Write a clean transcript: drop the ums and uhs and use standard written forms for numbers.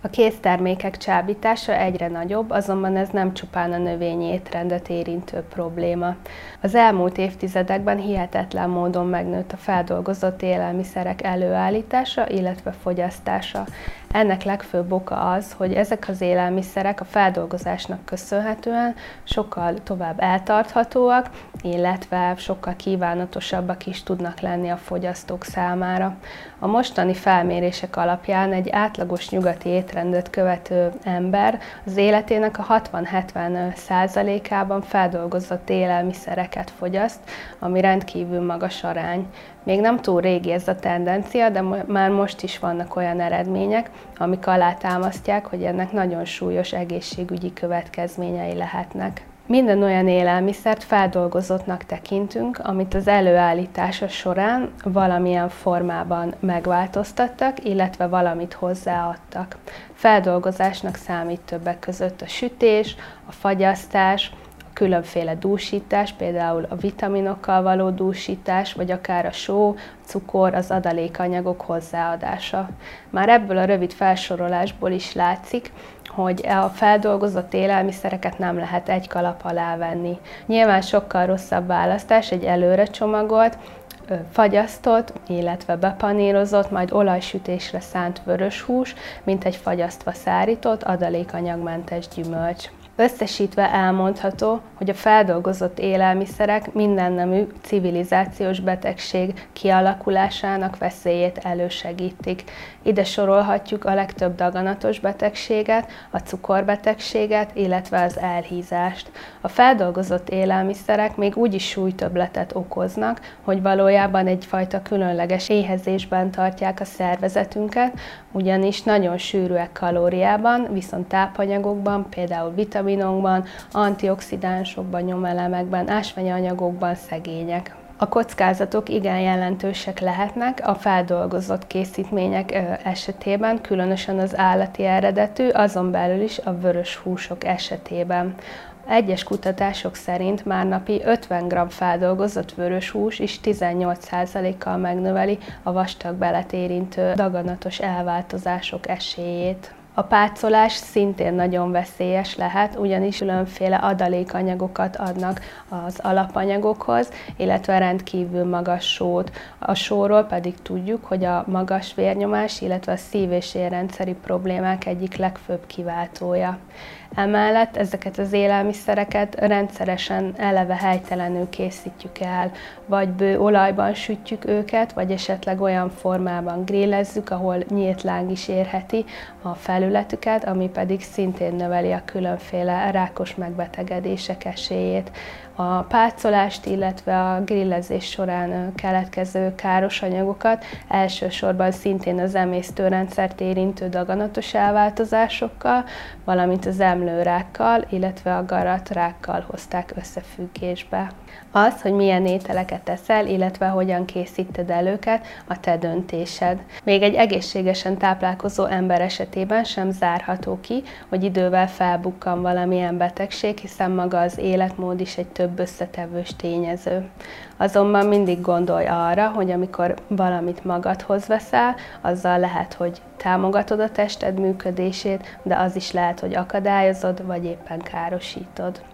A késztermékek csábítása egyre nagyobb, azonban ez nem csupán a növényi étrendet érintő probléma. Az elmúlt évtizedekben hihetetlen módon megnőtt a feldolgozott élelmiszerek előállítása, illetve fogyasztása. Ennek legfőbb oka az, hogy ezek az élelmiszerek a feldolgozásnak köszönhetően sokkal tovább eltarthatóak, illetve sokkal kívánatosabbak is tudnak lenni a fogyasztók számára. A mostani felmérések alapján egy átlagos nyugati étrendet követő ember az életének a 60-70%-ában feldolgozott élelmiszereket fogyaszt, ami rendkívül magas arány. Még nem túl régi ez a tendencia, de már most is vannak olyan eredmények, amik alátámasztják, hogy ennek nagyon súlyos egészségügyi következményei lehetnek. Minden olyan élelmiszert feldolgozottnak tekintünk, amit az előállítása során valamilyen formában megváltoztattak, illetve valamit hozzáadtak. Feldolgozásnak számít többek között a sütés, a fagyasztás, különféle dúsítás, például a vitaminokkal való dúsítás, vagy akár a só, a cukor, az adalékanyagok hozzáadása. Már ebből a rövid felsorolásból is látszik, hogy a feldolgozott élelmiszereket nem lehet egy kalap alá venni. Nyilván sokkal rosszabb választás egy előre csomagolt, fagyasztott, illetve bepanírozott, majd olajsütésre szánt vörös hús, mint egy fagyasztva szárított, adalékanyagmentes gyümölcs. Összesítve elmondható, hogy a feldolgozott élelmiszerek mindennemű civilizációs betegség kialakulásának veszélyét elősegítik. Ide sorolhatjuk a legtöbb daganatos betegséget, a cukorbetegséget, illetve az elhízást. A feldolgozott élelmiszerek még úgy is súlytöbbletet okoznak, hogy valójában egyfajta különleges éhezésben tartják a szervezetünket, ugyanis nagyon sűrűek kalóriában, viszont tápanyagokban, például vitaminokban, antioxidánsokban, nyomelemekben, ásványanyagokban szegények. A kockázatok igen jelentősek lehetnek a feldolgozott készítmények esetében, különösen az állati eredetű, azon belül is a vörös húsok esetében. Egyes kutatások szerint már napi 50 g feldolgozott vörös hús is 18%-kal megnöveli a vastagbelet érintő daganatos elváltozások esélyét. A pácolás szintén nagyon veszélyes lehet, ugyanis különféle adalékanyagokat adnak az alapanyagokhoz, illetve rendkívül magas sót. A sóról pedig tudjuk, hogy a magas vérnyomás, illetve a szív- és érrendszeri problémák egyik legfőbb kiváltója. Emellett ezeket az élelmiszereket rendszeresen eleve helytelenül készítjük el, vagy bő olajban sütjük őket, vagy esetleg olyan formában grillezzük, ahol nyílt láng is érheti a felületüket, ami pedig szintén növeli a különféle rákos megbetegedések esélyét. A pácolást, illetve a grillezés során keletkező káros anyagokat elsősorban szintén az emésztőrendszert érintő daganatos elváltozásokkal, valamint az emlőrákkal, illetve a garatrákkal hozták összefüggésbe. Az, hogy milyen ételeket eszel, illetve hogyan készíted el őket, a te döntésed. Még egy egészségesen táplálkozó ember esetében sem zárható ki, hogy idővel felbukkan valamilyen betegség, hiszen maga az életmód is egy több összetevős tényező. Azonban mindig gondolj arra, hogy amikor valamit magadhoz veszel, azzal lehet, hogy támogatod a tested működését, de az is lehet, hogy akadályozod, vagy éppen károsítod.